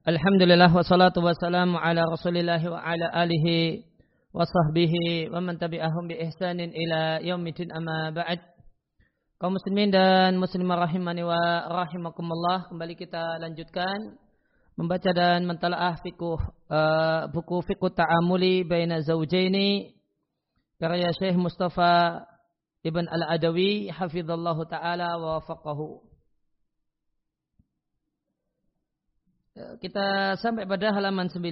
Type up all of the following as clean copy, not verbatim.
Alhamdulillah wassalatu wassalamu ala Rasulillah wa ala alihi wa sahbihi wa man tabi'ahum bi ihsanin ila yaumiddin amma ba'd. Kaum muslimin dan muslimah rahimani wa rahimakumullah, kembali kita lanjutkan membaca dan mentalaah buku Fiqh Ta'amuli Baina Zawjaini karya Syekh Mustafa Ibn Al-Adawi hafizallahu taala wa wafaqahu. Kita sampai pada halaman 9.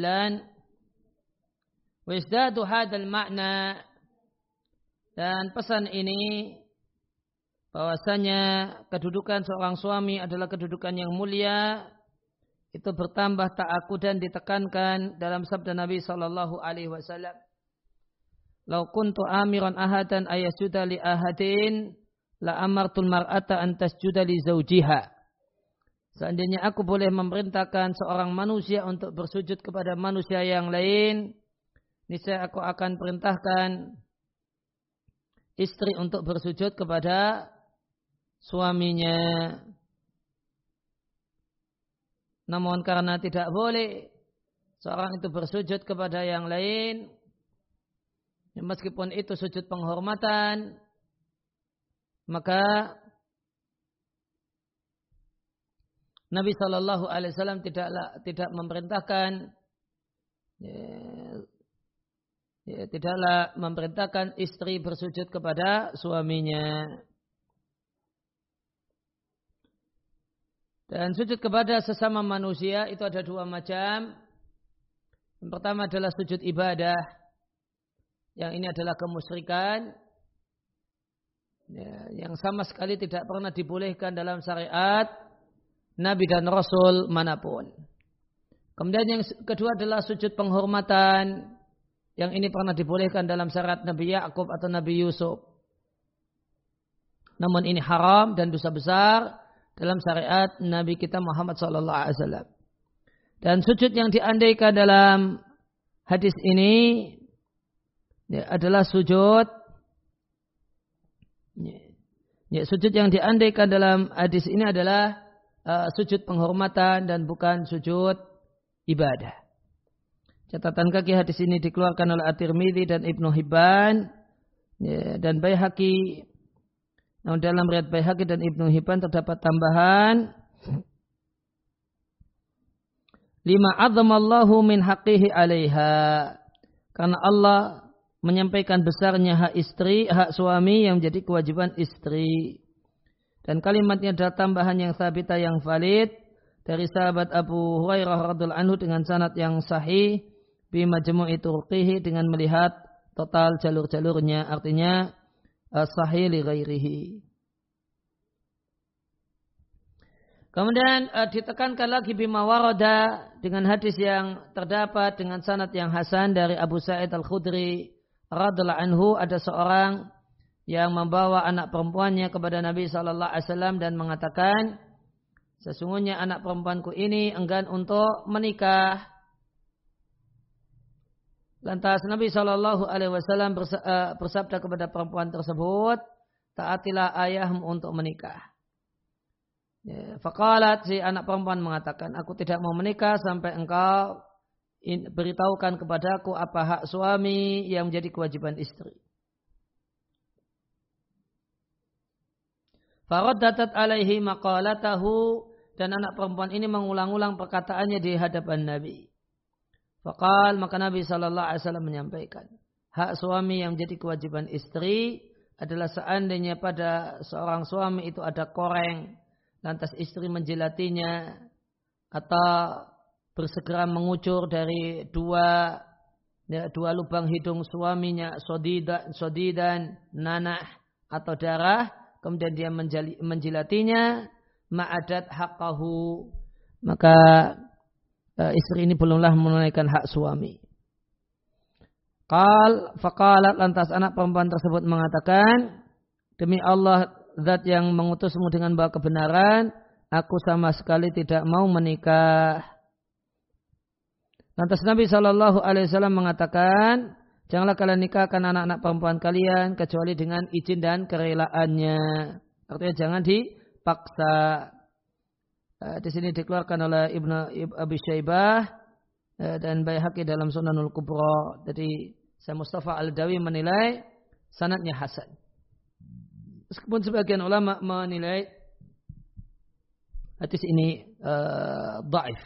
Wa isdadu hadzal makna, dan pesan ini bahwasanya kedudukan seorang suami adalah kedudukan yang mulia, itu bertambah ta'akudan ditekankan dalam sabda Nabi sallallahu alaihi wasallam, "Lau kuntu amiran ahadan ayasjuda li ahadin la amartul mar'ata an tasjuda li zawjiha." Seandainya aku boleh memerintahkan seorang manusia untuk bersujud kepada manusia yang lain, niscaya aku akan perintahkan istri untuk bersujud kepada suaminya. Namun karena tidak boleh seorang itu bersujud kepada yang lain, meskipun itu sujud penghormatan, maka Nabi Shallallahu Alaihi Wasallam tidak memerintahkan, tidaklah memerintahkan istri bersujud kepada suaminya. Dan sujud kepada sesama manusia itu ada dua macam. Yang pertama adalah sujud ibadah, yang ini adalah kemusyrikan, yang sama sekali tidak pernah dibolehkan dalam syariat Nabi dan Rasul manapun. Kemudian yang kedua adalah sujud penghormatan, yang ini pernah dibolehkan dalam syariat Nabi Yakub atau Nabi Yusuf. Namun ini haram dan dosa besar dalam syariat Nabi kita Muhammad SAW. Dan sujud yang diandaikan dalam hadis ini adalah sujud yang diandaikan dalam hadis ini adalah sujud penghormatan dan bukan sujud ibadah. Catatan kaki hadis ini dikeluarkan oleh At-Tirmidzi dan Ibnu Hibban dan Baihaqi. Namun dalam riwayat Baihaqi dan Ibnu Hibban terdapat tambahan, lima azzamallahu min haqqihi 'alaiha, karena Allah menyampaikan besarnya hak istri, hak suami yang menjadi kewajiban istri. Dan kalimatnya adalah tambahan yang sabita yang valid dari sahabat Abu Hurairah radhiyallahu anhu dengan sanad yang sahih bi majmu'i turqihi, dengan melihat total jalur-jalurnya, artinya sahih li ghairihi. Kemudian ditekankan lagi bima warada, dengan hadis yang terdapat dengan sanad yang hasan dari Abu Sa'id Al-Khudri radhiyallahu anhu, ada seorang yang membawa anak perempuannya kepada Nabi Sallallahu Alaihi Wasallam dan mengatakan, sesungguhnya anak perempuanku ini enggan untuk menikah. Lantas Nabi Sallallahu Alaihi Wasallam bersabda kepada perempuan tersebut, taatilah ayahmu untuk menikah. Faqalat, si anak perempuan mengatakan, aku tidak mau menikah sampai engkau beritahukan kepadaku apa hak suami yang menjadi kewajiban istri. Faraddatat alaihi maqalatahu, dan anak perempuan ini mengulang-ulang perkataannya di hadapan Nabi. Faqal, maka Nabi sallallahu alaihi wasallam menyampaikan, hak suami yang menjadi kewajiban istri adalah seandainya pada seorang suami itu ada koreng, lantas istri menjilatinya atau bersegera mengucur dari dua lubang hidung suaminya, sodidan, nanah atau darah, kemudian dia menjilatinya, ma'adat haqqahu, maka istri ini belumlah menunaikan hak suami. Faqalat, lantas anak perempuan tersebut mengatakan, demi Allah, zat yang mengutusmu dengan bawa kebenaran, aku sama sekali tidak mau menikah. Lantas Nabi Shallallahu Alaihi Wasallam mengatakan, janganlah kalian nikahkan anak-anak perempuan kalian kecuali dengan izin dan kerelaannya. Artinya jangan dipaksa. Di sini dikeluarkan oleh Ibnu Abi Syaibah dan Baihaqi dalam Sunanul Kubra. Jadi Syekh Mustafa Al-Adawi menilai sanadnya hasan. Meskipun sebagian ulama menilai hadis ini dhaif.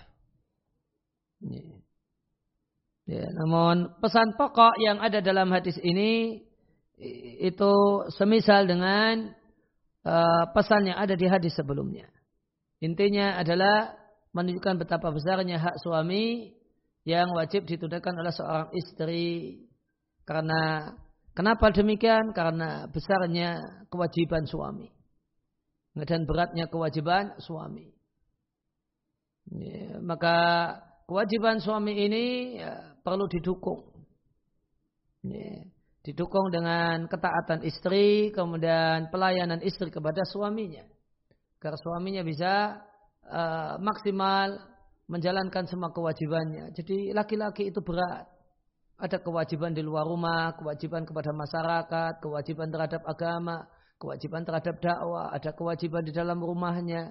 Ya, namun pesan pokok yang ada dalam hadis ini itu semisal dengan pesan yang ada di hadis sebelumnya. Intinya adalah menunjukkan betapa besarnya hak suami yang wajib ditunaikan oleh seorang istri. Karena kenapa demikian? Karena besarnya kewajiban suami dan beratnya kewajiban suami. Ya, maka kewajiban suami ini perlu didukung. Ya, didukung dengan ketaatan istri, kemudian pelayanan istri kepada suaminya. Agar suaminya bisa maksimal menjalankan semua kewajibannya. Jadi laki-laki itu berat. Ada kewajiban di luar rumah, kewajiban kepada masyarakat, kewajiban terhadap agama, kewajiban terhadap dakwah, ada kewajiban di dalam rumahnya.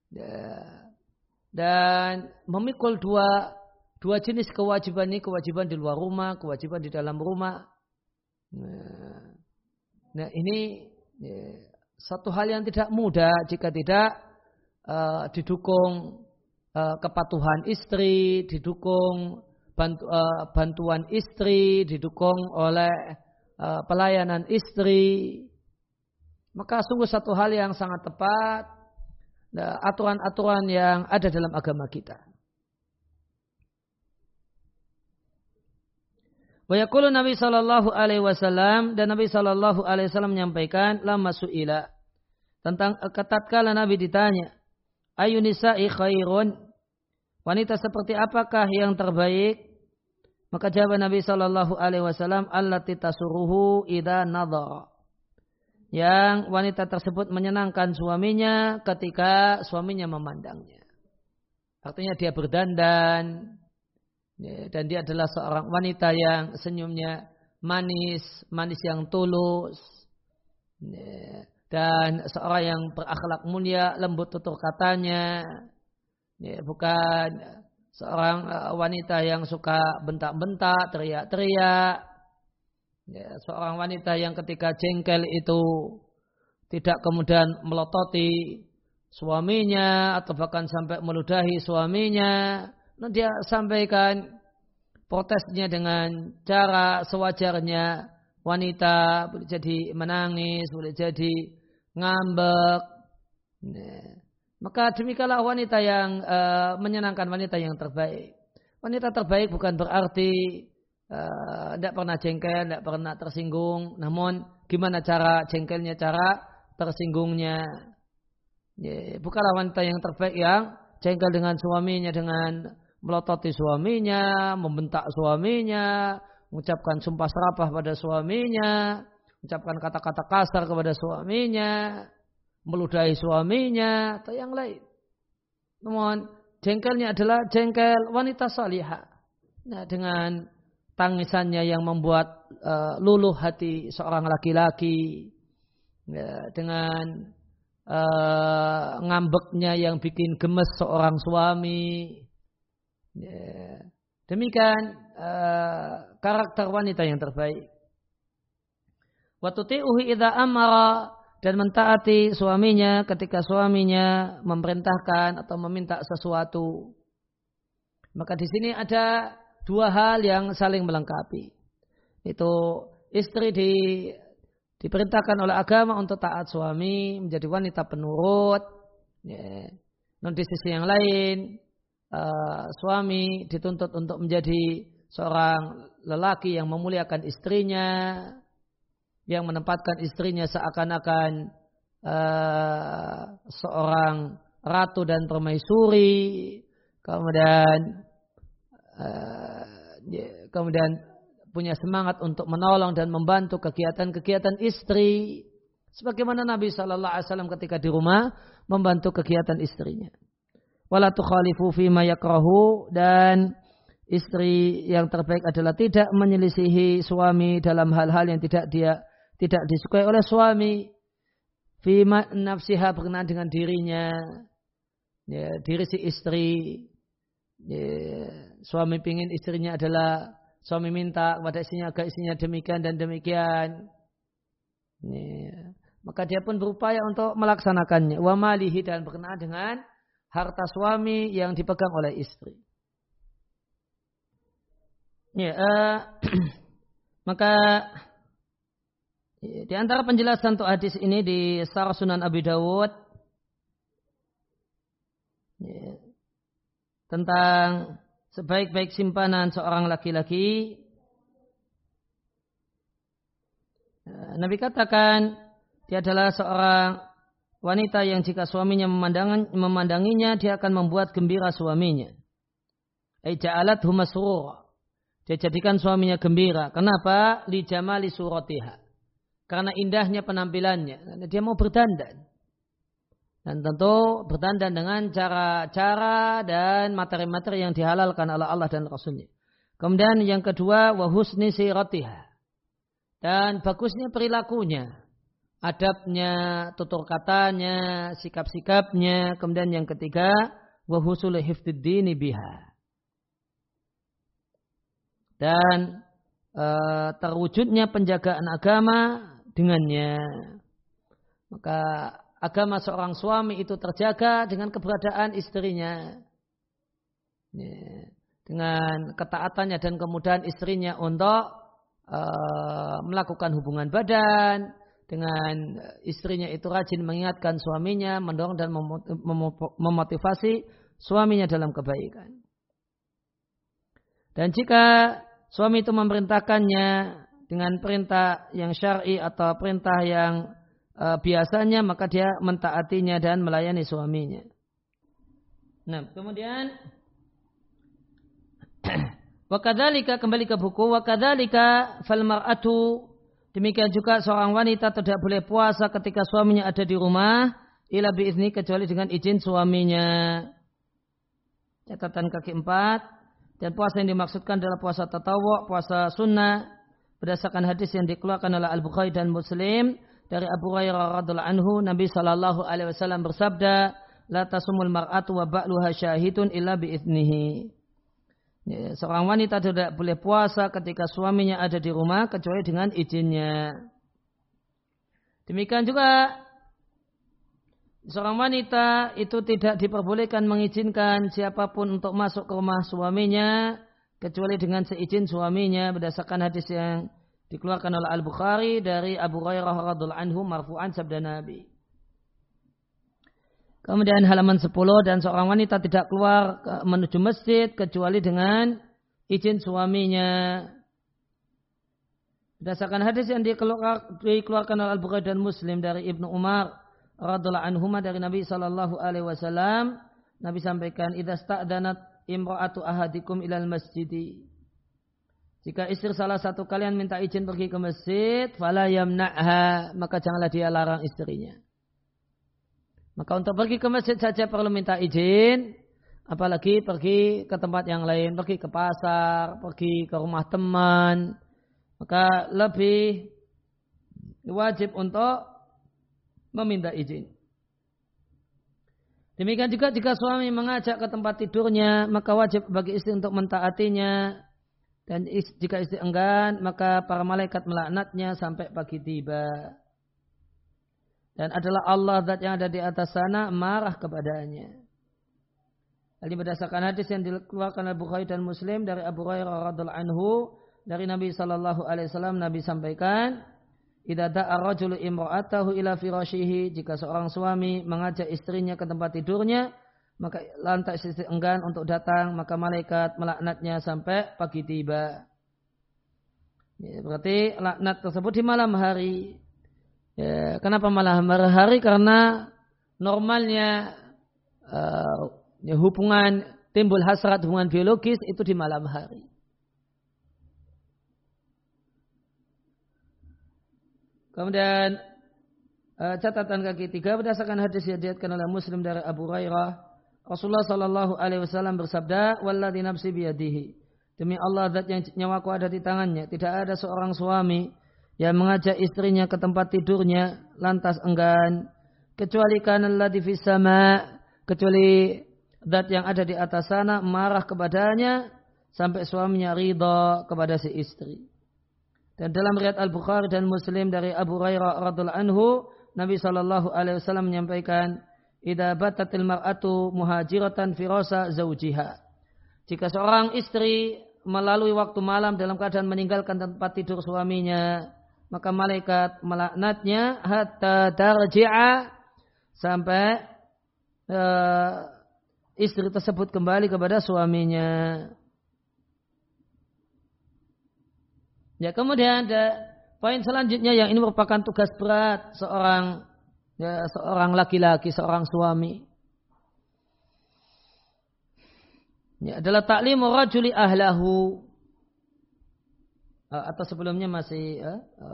Dan memikul dua jenis kewajiban ini, kewajiban di luar rumah, kewajiban di dalam rumah. Nah ini satu hal yang tidak mudah jika tidak didukung kepatuhan istri, didukung bantuan istri, didukung oleh pelayanan istri. Maka sungguh satu hal yang sangat tepat aturan-aturan yang ada dalam agama kita. Wa yaqulu Nabi sallallahu alaihi wasallam, dan Nabi sallallahu alaihi wasallam menyampaikan lamma su'ila tentang tatkala Nabi ditanya, ayun nisa'i khairun, wanita seperti apakah yang terbaik? Maka jawab Nabi sallallahu alaihi wasallam, allati tasuruhu idza nadhara, yang wanita tersebut menyenangkan suaminya ketika suaminya memandangnya. Artinya dia berdandan, dan dia adalah seorang wanita yang senyumnya manis, manis yang tulus, dan seorang yang berakhlak mulia, lembut tutur katanya, bukan seorang wanita yang suka bentak-bentak, teriak-teriak. Seorang wanita yang ketika jengkel itu tidak kemudian melototi suaminya atau bahkan sampai meludahi suaminya. Nah, dia sampaikan protesnya dengan cara sewajarnya. Wanita boleh jadi menangis, boleh jadi ngambek. Maka demikianlah wanita yang menyenangkan, wanita yang terbaik. Wanita terbaik bukan berarti tidak pernah jengkel, tidak pernah tersinggung. Namun gimana cara jengkelnya, cara tersinggungnya. Bukanlah wanita yang terbaik yang jengkel dengan suaminya, dengan melototi suaminya, membentak suaminya, mengucapkan sumpah serapah pada suaminya, mengucapkan kata-kata kasar kepada suaminya, meludahi suaminya, atau yang lain. Namun jengkelnya adalah jengkel wanita salihah. Nah, dengan tangisannya yang membuat luluh hati seorang laki-laki, dengan ngambeknya yang bikin gemes seorang suami. Demikian karakter wanita yang terbaik. Wa tuti'uhu idza amara, dan mentaati suaminya ketika suaminya memerintahkan atau meminta sesuatu. Maka di sini ada dua hal yang saling melengkapi. Itu istri diperintahkan oleh agama untuk taat suami, menjadi wanita penurut. Dan di sisi yang lain, suami dituntut untuk menjadi seorang lelaki yang memuliakan istrinya, yang menempatkan istrinya seakan-akan seorang ratu dan permaisuri, kemudian punya semangat untuk menolong dan membantu kegiatan-kegiatan istri, sebagaimana Nabi Shallallahu Alaihi Wasallam ketika di rumah membantu kegiatan istrinya. Wala tukhalifu fima yakrahu, dan istri yang terbaik adalah tidak menyelisihi suami dalam hal-hal yang tidak disukai oleh suami. Fima nafsiha, berkenaan dengan dirinya. Ya, diri si istri, ya, suami pingin istrinya adalah suami minta kepada istrinya agar istrinya demikian dan demikian. Ya, maka dia pun berupaya untuk melaksanakannya. Wa malihi dan berkenaan dengan harta suami yang dipegang oleh istri. Ya, maka di antara penjelasan untuk hadis ini di Syarah Sunan Abi Dawud ya, tentang sebaik-baik simpanan seorang laki-laki, Nabi katakan dia adalah seorang wanita yang jika suaminya memandanginya dia akan membuat gembira suaminya. Ai ja'alathu masrura. Dia jadikan suaminya gembira. Kenapa? Li jamali suratiha. Karena indahnya penampilannya. Dia mau berdandan. Dan tentu berdandan dengan cara-cara dan materi-materi yang dihalalkan oleh Allah dan Rasulnya. Kemudian yang kedua, wa husni siratiha. Dan bagusnya perilakunya. Adabnya, tutur katanya, sikap-sikapnya. Kemudian yang ketiga, wa husul hifdiddini biha. Dan terwujudnya penjagaan agama dengannya. Maka agama seorang suami itu terjaga dengan keberadaan istrinya. Dengan ketaatannya dan kemudahan istrinya untuk melakukan hubungan badan. Dengan istrinya itu rajin mengingatkan suaminya, mendorong dan memotivasi suaminya dalam kebaikan. Dan jika suami itu memerintahkannya dengan perintah yang syar'i atau perintah yang biasanya, maka dia mentaatinya dan melayani suaminya. Nah, kemudian wakadzalika, kembali ke buku, wakadzalika fal mar'atu, demikian juga seorang wanita tidak boleh puasa ketika suaminya ada di rumah illa biizni, kecuali dengan izin suaminya. Catatan kaki 4. Dan puasa yang dimaksudkan adalah puasa tatawwu', puasa sunnah, berdasarkan hadis yang dikeluarkan oleh Al-Bukhari dan Muslim dari Abu Hurairah radhiyallahu anhu, Nabi sallallahu alaihi wasallam bersabda, la tasumul mar'atu wa ba'luha syahidun illa biiznihi. Ya, seorang wanita tidak boleh puasa ketika suaminya ada di rumah kecuali dengan izinnya. Demikian juga seorang wanita itu tidak diperbolehkan mengizinkan siapapun untuk masuk ke rumah suaminya kecuali dengan seizin suaminya, berdasarkan hadis yang dikeluarkan oleh Al-Bukhari dari Abu Hurairah radhiyallahu anhu marfu'an, sabda Nabi. Kemudian halaman 10, dan seorang wanita tidak keluar menuju masjid kecuali dengan izin suaminya. Berdasarkan hadis yang dikeluarkan oleh Al-Bukhari dan Muslim dari Ibnu Umar radhiyallahu anhuma dari Nabi sallallahu alaihi wasallam, Nabi sampaikan, idza sta'danat imra'atu ahadikum ilal masjidi. Jika istri salah satu kalian minta izin pergi ke masjid, fala yamna'ha, maka janganlah dia larang istrinya. Maka untuk pergi ke masjid saja perlu minta izin, apalagi pergi ke tempat yang lain, pergi ke pasar, pergi ke rumah teman, maka lebih wajib untuk meminta izin. Demikian juga jika suami mengajak ke tempat tidurnya, maka wajib bagi istri untuk mentaatinya. Dan jika istri enggan, maka para malaikat melaknatnya sampai pagi tiba. Dan adalah Allah zat yang ada di atas sana marah kepadanya. Ini berdasarkan hadis yang dikeluarkan oleh Bukhari dan Muslim dari Abu Hurairah radhiyallahu anhu dari Nabi sallallahu alaihi wasallam, Nabi sampaikan, idza da'a rajulu imra'atahu ila firashihi, jika seorang suami mengajak istrinya ke tempat tidurnya, maka lantas istri enggan untuk datang, maka malaikat melaknatnya sampai pagi tiba. Ya, berarti laknat tersebut di malam hari. Ya, kenapa malam hari? Karena normalnya hubungan timbul hasrat, hubungan biologis itu di malam hari. Kemudian catatan kaki 3, berdasarkan hadis yang diriwayatkan oleh Muslim dari Abu Hurairah, Rasulullah sallallahu alaihi wasallam bersabda, "Walladzi nafsi biyadihi." Demi Allah zat yang nyawaku ada di tangannya, tidak ada seorang suami yang mengajak istrinya ke tempat tidurnya lantas enggan, kecuali kana alladzi fis sama', kecuali zat yang ada di atas sana marah kepadanya sampai suaminya ridha kepada si istri. Dan dalam riwayat Al-Bukhari dan Muslim dari Abu Hurairah radhiallahu anhu, Nabi sallallahu alaihi wasallam menyampaikan, "Idza batatil mar'atu muhajiratan firasa zaujiha." Jika seorang istri melalui waktu malam dalam keadaan meninggalkan tempat tidur suaminya, maka malaikat melaknatnya hatta tarji'a sampai istri tersebut kembali kepada suaminya. Ya, kemudian ada poin selanjutnya yang ini merupakan tugas berat seorang laki-laki, seorang suami. Ya, adalah ta'limu rajuli ahlahu. Atau sebelumnya masih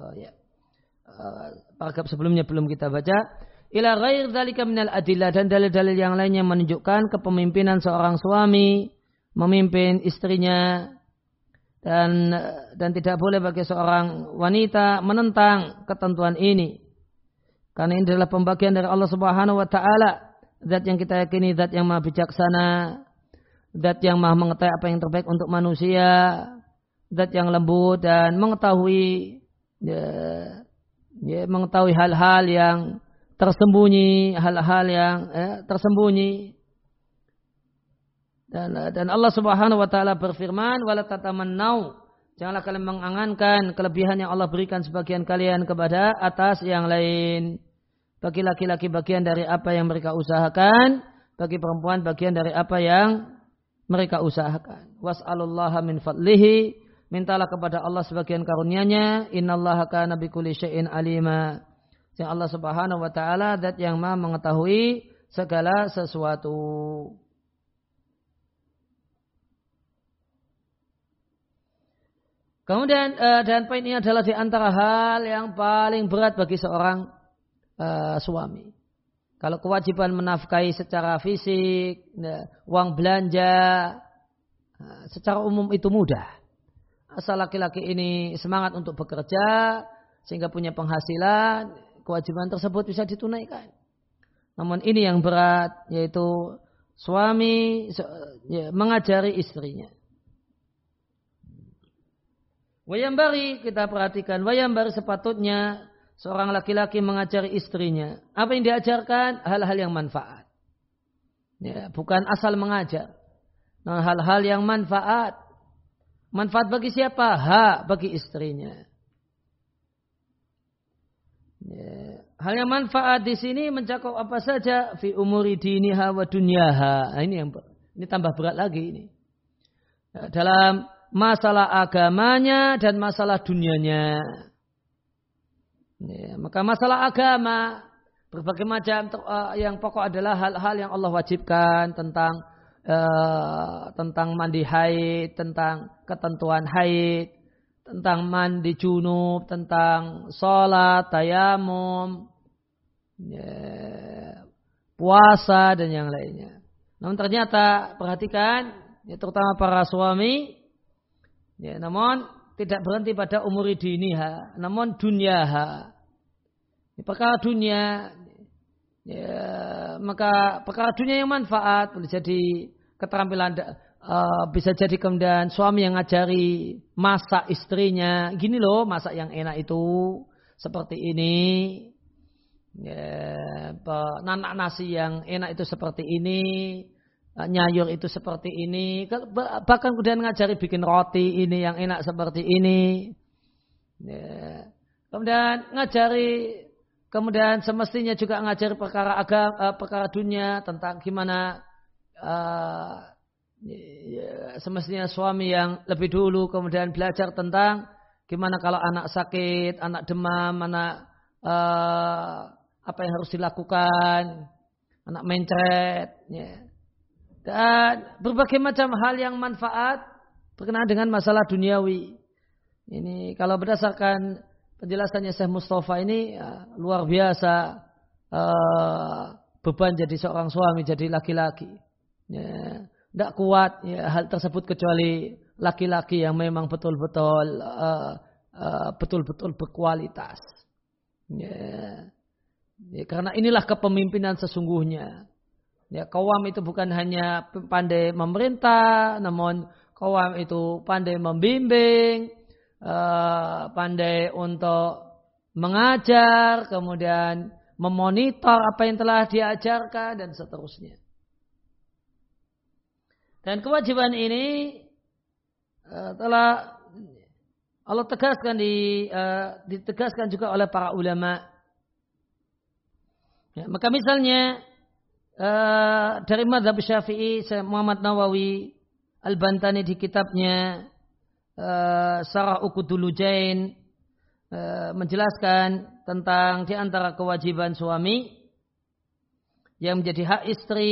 paragraf sebelumnya belum kita baca. Ila ghair dzalika minal adillah, dan dalil-dalil yang lainnya menunjukkan kepemimpinan seorang suami memimpin istrinya. Dan tidak boleh bagi seorang wanita menentang ketentuan ini. Karena ini adalah pembagian dari Allah Subhanahu wa taala, zat yang kita yakini, zat yang maha bijaksana, zat yang maha mengetahui apa yang terbaik untuk manusia, zat yang lembut dan mengetahui mengetahui hal-hal yang tersembunyi, Dan Allah Subhanahu wa taala berfirman, "Wala tatamannau", janganlah kalian mengangankan kelebihan yang Allah berikan sebagian kalian kepada atas yang lain. Bagi laki-laki bagian dari apa yang mereka usahakan, bagi perempuan bagian dari apa yang mereka usahakan. Was'alullaha min fadlihi, mintalah kepada Allah sebagian karunia-Nya. Innallaha kana bikulli syai'in alima. Yang Allah Subhanahu wa taala zat yang maha mengetahui segala sesuatu. Kemudian dan poin ini adalah di antara hal yang paling berat bagi seorang suami. Kalau kewajiban menafkahi secara fisik, uang belanja, secara umum itu mudah. Asal laki-laki ini semangat untuk bekerja sehingga punya penghasilan, kewajiban tersebut bisa ditunaikan. Namun ini yang berat, yaitu suami mengajari istrinya. Wayambari, kita perhatikan, wayambari sepatutnya seorang laki-laki mengajari istrinya. Apa yang diajarkan? Hal-hal yang manfaat. Ya, bukan asal mengajar. Nah, hal-hal yang manfaat. Manfaat bagi siapa? Bagi istrinya. Ya. Hal yang manfaat di sini mencakup apa saja? Fi umuri diniha wa dunyaha. Nah, ini tambah berat lagi ini. Ya, dalam masalah agamanya dan masalah dunianya. Ya, maka masalah agama berbagai macam yang pokok adalah hal-hal yang Allah wajibkan tentang mandi haid, tentang ketentuan haid, tentang mandi junub, tentang sholat, tayamum, ya, puasa dan yang lainnya. Namun ternyata perhatikan, ya, terutama para suami. Ya, namun tidak berhenti pada umuri diniha, namun dunyaha. Perkara dunia, ya, maka perkara dunia yang manfaat boleh jadi keterampilan, bisa jadi kemudian suami yang ngajari masak istrinya, gini loh masak yang enak itu seperti ini, ya, nanak nasi yang enak itu seperti ini. Nyayur itu seperti ini, bahkan kemudian ngajari bikin roti ini yang enak seperti ini. Ya. Kemudian semestinya juga ngajari perkara agama, perkara dunia tentang gimana semestinya suami yang lebih dulu kemudian belajar tentang gimana kalau anak sakit, anak demam, anak apa yang harus dilakukan, anak mencret, ya. Dan berbagai macam hal yang manfaat berkenaan dengan masalah duniawi. Ini kalau berdasarkan penjelasannya Syekh Mustafa ini ya, luar biasa beban jadi seorang suami, jadi laki-laki. Ya, tidak kuat ya, hal tersebut kecuali laki-laki yang memang betul-betul berkualitas. Ya, karena inilah kepemimpinan sesungguhnya. Ya, qawam itu bukan hanya pandai memerintah, namun qawam itu pandai membimbing, pandai untuk mengajar, kemudian memonitor apa yang telah diajarkan dan seterusnya. Dan kewajiban ini telah Allah tegaskan ditegaskan juga oleh para ulama. Ya, maka misalnya dari mazhab Syafi'i, Muhammad Nawawi Al-Bantani di kitabnya Syarah Uqudul Lujain menjelaskan tentang di antara kewajiban suami yang menjadi hak istri.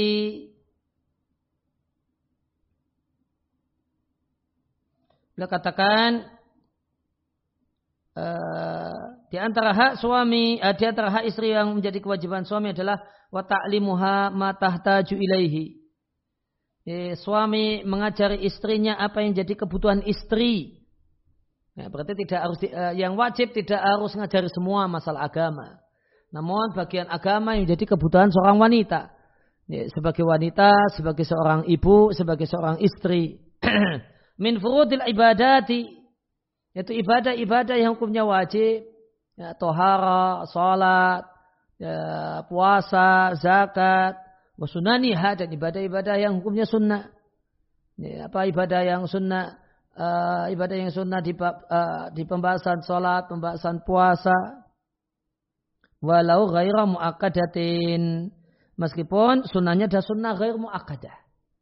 Beliau katakan di antara hak suami, di antara hak istri yang menjadi kewajiban suami adalah wa ta'limuha ma tahtaju ilaihi. Suami mengajari istrinya apa yang jadi kebutuhan istri. Nah, berarti tidak harus yang wajib tidak harus ngajari semua masalah agama. Namun bagian agama yang jadi kebutuhan seorang wanita. Sebagai wanita, sebagai seorang ibu, sebagai seorang istri. Min furudil ibadati, yaitu ibadah-ibadah yang hukumnya wajib, ya, tohara, salat, ya, puasa, zakat, wasunaniha, dan ibadah-ibadah yang hukumnya sunnah. Ya, apa ibadah yang sunnah? Ibadah yang sunnah di pembahasan salat, pembahasan puasa. Walau ghaira muakkadatin, meskipun sunnahnya adalah sunnah ghair muakkadah.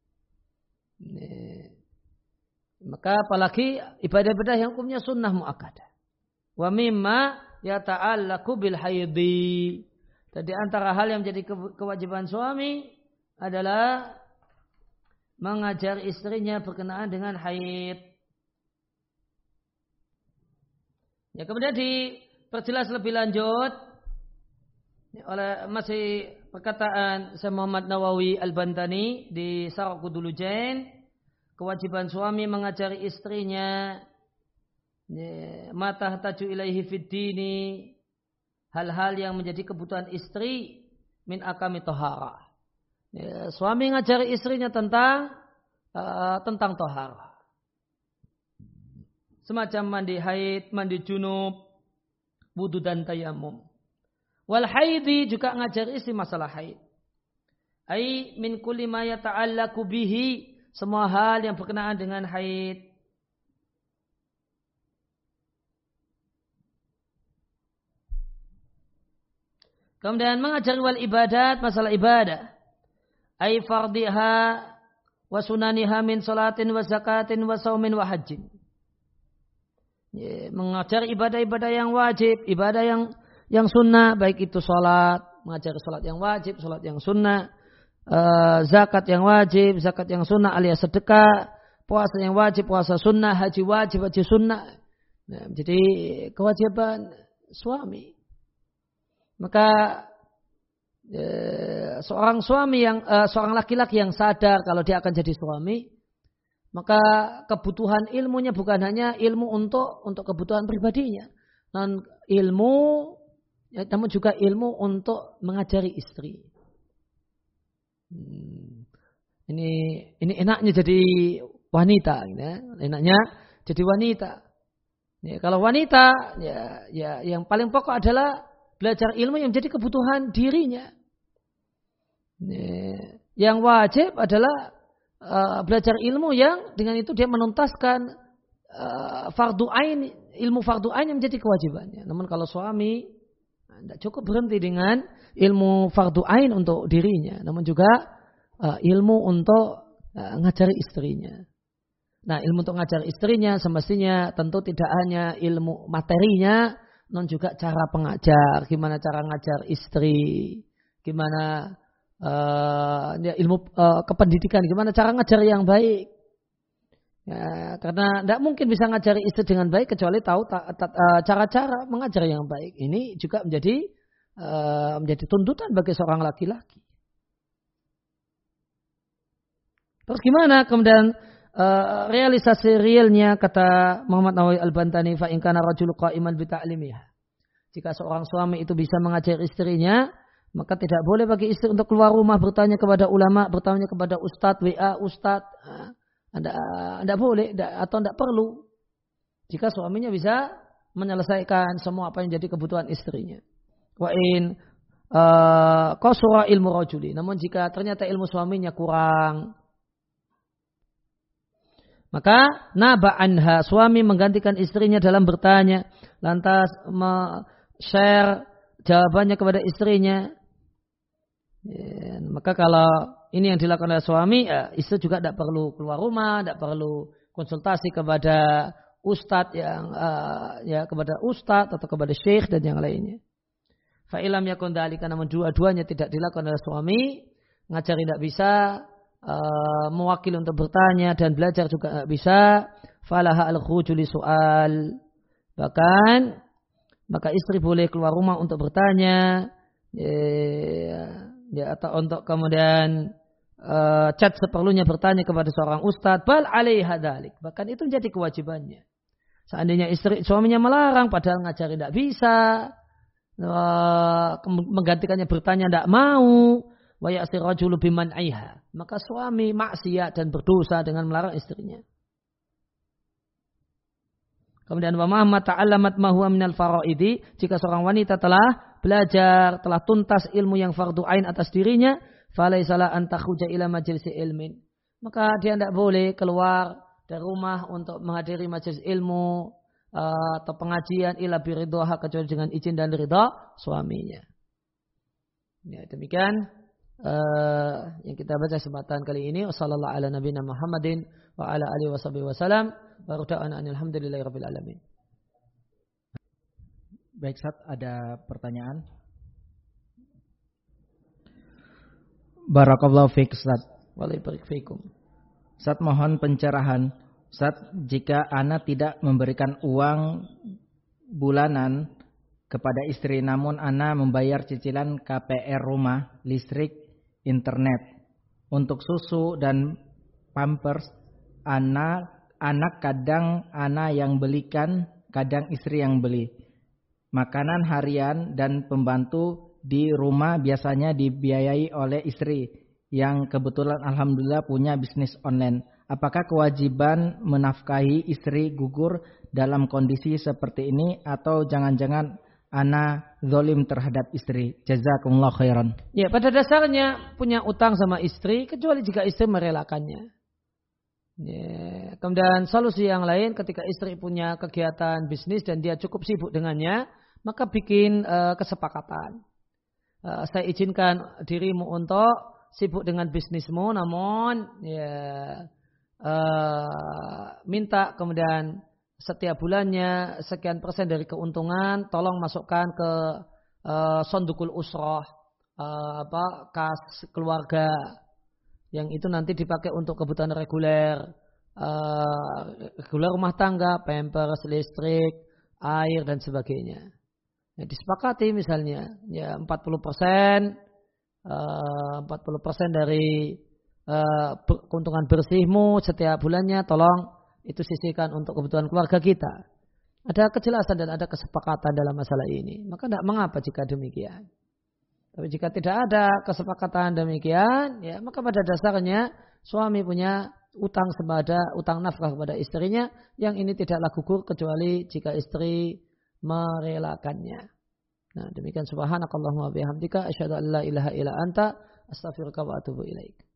Maka apalagi ibadah-ibadah yang hukumnya sunnah muakkadah. Wa mimma yata'allaqu bil haidhi. Jadi antara hal yang menjadi kewajiban suami adalah mengajar istrinya berkenaan dengan haid. Ya, kemudian diperjelas lebih lanjut oleh masih perkataan Syekh Muhammad Nawawi Al-Bantani di Syarah Uqudul Lujain. Kewajiban suami mengajari istrinya ma tahtaju ilaihi fid dini, hal-hal yang menjadi kebutuhan istri min akami tohara. Suami mengajari istrinya tentang tohara. Semacam mandi haid, mandi junub, wudu dan tayamum. Wal haidi juga ngajari istri masalah haid. Ai min kulli ma yata'allaqu bihi, semua hal yang berkenaan dengan haid. Kemudian mengajari wal ibadat, masalah ibadah. Ai fardiha wa sunaniha min salatin wa zakatin wa saumin wa hajjin. Mengajari ibadah-ibadah yang wajib, ibadah yang sunnah, baik itu salat, mengajari salat yang wajib, salat yang sunnah, zakat yang wajib, zakat yang sunnah alias sedekah, puasa yang wajib, puasa sunnah, haji wajib, haji sunnah. Nah, jadi kewajiban suami. Maka seorang suami seorang laki-laki yang sadar kalau dia akan jadi suami, maka kebutuhan ilmunya bukan hanya ilmu untuk kebutuhan pribadinya, namun juga ilmu untuk mengajari istri. Ini enaknya jadi wanita, ya. Enaknya jadi wanita. Ya, kalau wanita, ya yang paling pokok adalah belajar ilmu yang menjadi kebutuhan dirinya. Ya, yang wajib adalah belajar ilmu yang dengan itu dia menuntaskan fardu ain, ilmu fardu ain yang menjadi kewajibannya. Namun kalau suami tidak cukup berhenti dengan ilmu fardu ain untuk dirinya, namun juga ilmu untuk ngajari istrinya. Nah, ilmu untuk ngajari istrinya semestinya tentu tidak hanya ilmu materinya, namun juga cara pengajar, gimana cara ngajar istri, gimana ilmu kependidikan, gimana cara ngajar yang baik. Ya, karena tidak mungkin bisa ngajari istri dengan baik kecuali tahu cara-cara mengajar yang baik. Ini juga menjadi tuntutan bagi seorang laki-laki. Terus gimana kemudian realisasi realnya, kata Muhammad Nawawi Al-Bantani, fa in kana rajulu qa'iman bi ta'limiha. Jika seorang suami itu bisa mengajar istrinya, Maka tidak boleh bagi istri untuk keluar rumah bertanya kepada ulama, bertanya kepada ustadz, WA ustadz. Anda boleh atau tidak perlu. Jika suaminya bisa menyelesaikan semua apa yang jadi kebutuhan istrinya. Wa in qasura ilmu rajuli. Namun jika ternyata ilmu suaminya kurang, maka naba anha, suami menggantikan istrinya dalam bertanya, lantas share jawabannya kepada istrinya. Ya, maka kalau ini yang dilakukan oleh suami, ya, istri juga tidak perlu keluar rumah, tidak perlu konsultasi kepada ustadz kepada ustadz atau kepada syekh dan yang lainnya. Fa'ilam yakun dzalika, namun dua-duanya tidak dilakukan oleh suami, ngajari tidak bisa, mewakili untuk bertanya dan belajar juga tidak bisa, falaha al-khuruju li su'al. Bahkan maka istri boleh keluar rumah untuk bertanya, atau untuk kemudian chat seperlunya bertanya kepada seorang ustadz, bal alaiha dzalik, bahkan itu menjadi kewajibannya. Seandainya suaminya melarang padahal ngajari tidak bisa, menggantikannya bertanya tidak mau, wa ya'si rajulu biman'iha, maka suami maksiat dan berdosa dengan melarang istrinya. Kemudian wa ma ta'allamat ma huwa minal faraidi, jika seorang wanita telah belajar, telah tuntas ilmu yang fardu ain atas dirinya, falaisa la an takhruja ila majlisi ilmin, maka dia tidak boleh keluar dari rumah untuk menghadiri majelis ilmu atau pengajian ila biridhaha, kecuali dengan izin dan ridha suaminya. Ya, demikian yang kita baca kesempatan kali ini. Wassallallahu ala nabiyina Muhammadin wa ala alihi wasallam. Wa rada'ana alhamdulillahirabbil alamin. Baik, Ustaz, ada pertanyaan. Barakallahu fiik, Ustaz. Waalaikumsalam fiikum. Ustaz, mohon pencerahan. Ustaz, jika ana tidak memberikan uang bulanan kepada istri, namun ana membayar cicilan KPR rumah, listrik, internet, untuk susu dan pampers, anak kadang ana yang belikan, kadang istri yang beli. Makanan harian dan pembantu di rumah biasanya dibiayai oleh istri yang kebetulan alhamdulillah punya bisnis online. Apakah kewajiban menafkahi istri gugur dalam kondisi seperti ini, atau jangan-jangan ana zalim terhadap istri? Jazakumullah khairan. Ya, pada dasarnya punya utang sama istri kecuali jika istri merelakannya. Ya, kemudian solusi yang lain, ketika istri punya kegiatan bisnis dan dia cukup sibuk dengannya, maka bikin kesepakatan. Saya izinkan dirimu untuk sibuk dengan bisnismu, namun minta kemudian setiap bulannya sekian persen dari keuntungan tolong masukkan ke sondukul usroh, kas keluarga, yang itu nanti dipakai untuk kebutuhan reguler rumah tangga, pampers, listrik, air dan sebagainya. Ya, disepakati misalnya ya 40% dari keuntungan bersihmu setiap bulannya tolong itu sisihkan untuk kebutuhan keluarga kita. Ada kejelasan dan ada kesepakatan dalam masalah ini, maka tidak mengapa jika demikian. Tapi jika tidak ada kesepakatan demikian, ya maka pada dasarnya suami punya utang nafkah kepada istrinya, yang ini tidaklah gugur kecuali jika istri merelakannya. Nah, demikian subhanakallahumma wa bihamdika asyhadu an la ilaha illa anta astaghfiruka wa atubu ilaik.